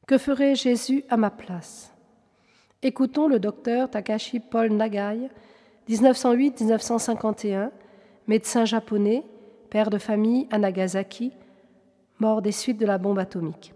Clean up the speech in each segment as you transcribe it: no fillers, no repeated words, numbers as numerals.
Que ferait Jésus à ma place? Écoutons le docteur Takashi Paul Nagai, 1908-1951, médecin japonais, père de famille à Nagasaki, mort des suites de la bombe atomique.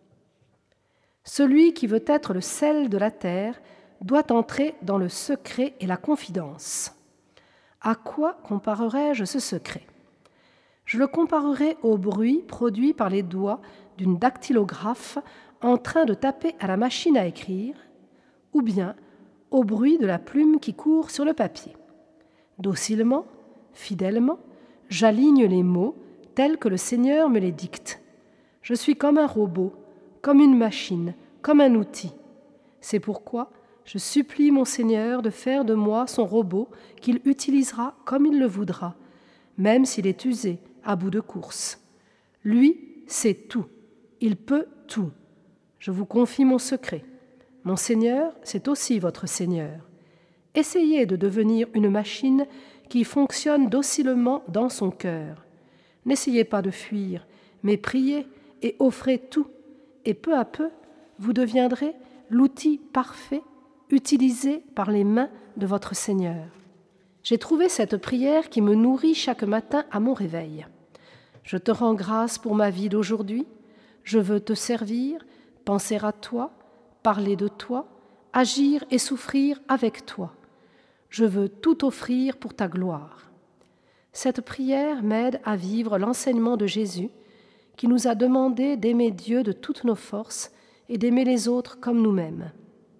Celui qui veut être le sel de la terre doit entrer dans le secret et la confidence. À quoi comparerais-je ce secret? Je le comparerai au bruit produit par les doigts d'une dactylographe en train de taper à la machine à écrire, ou bien au bruit de la plume qui court sur le papier. Docilement, fidèlement, j'aligne les mots tels que le Seigneur me les dicte. Je suis comme un robot, comme une machine, comme un outil. C'est pourquoi je supplie mon Seigneur de faire de moi son robot qu'il utilisera comme il le voudra, même s'il est usé, à bout de course. Lui, c'est tout. Il peut tout. Je vous confie mon secret. Mon Seigneur, c'est aussi votre Seigneur. Essayez de devenir une machine qui fonctionne docilement dans son cœur. N'essayez pas de fuir, mais priez et offrez tout, et peu à peu, vous deviendrez l'outil parfait utilisé par les mains de votre Seigneur. J'ai trouvé cette prière qui me nourrit chaque matin à mon réveil. Je te rends grâce pour ma vie d'aujourd'hui. Je veux te servir, penser à toi, parler de toi, agir et souffrir avec toi. Je veux tout offrir pour ta gloire. Cette prière m'aide à vivre l'enseignement de Jésus qui nous a demandé d'aimer Dieu de toutes nos forces et d'aimer les autres comme nous-mêmes.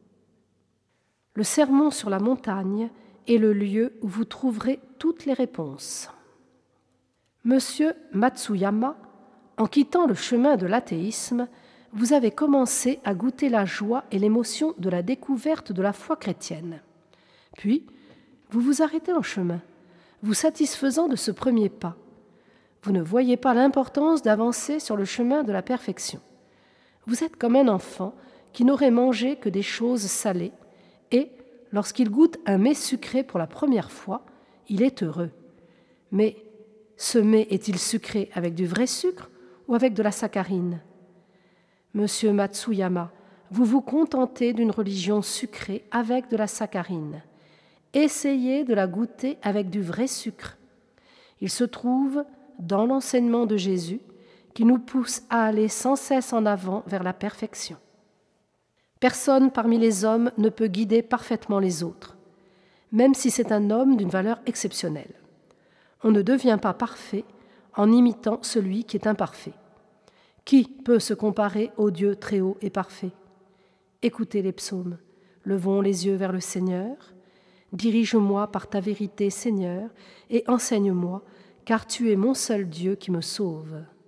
Le sermon sur la montagne est le lieu où vous trouverez toutes les réponses. Monsieur Matsuyama, en quittant le chemin de l'athéisme, vous avez commencé à goûter la joie et l'émotion de la découverte de la foi chrétienne. Puis, vous vous arrêtez en chemin, vous satisfaisant de ce premier pas. Vous ne voyez pas l'importance d'avancer sur le chemin de la perfection. Vous êtes comme un enfant qui n'aurait mangé que des choses salées et, lorsqu'il goûte un mets sucré pour la première fois, il est heureux. Mais ce mets est-il sucré avec du vrai sucre ou avec de la saccharine? Monsieur Matsuyama, vous vous contentez d'une religion sucrée avec de la saccharine. Essayez de la goûter avec du vrai sucre. Il se trouve dans l'enseignement de Jésus qui nous pousse à aller sans cesse en avant vers la perfection. Personne parmi les hommes ne peut guider parfaitement les autres, même si c'est un homme d'une valeur exceptionnelle. On ne devient pas parfait en imitant celui qui est imparfait. Qui peut se comparer au Dieu très haut et parfait? Écoutez les psaumes. Levons les yeux vers le Seigneur. Dirige-moi par ta vérité, Seigneur, et enseigne-moi, car tu es mon seul Dieu qui me sauve.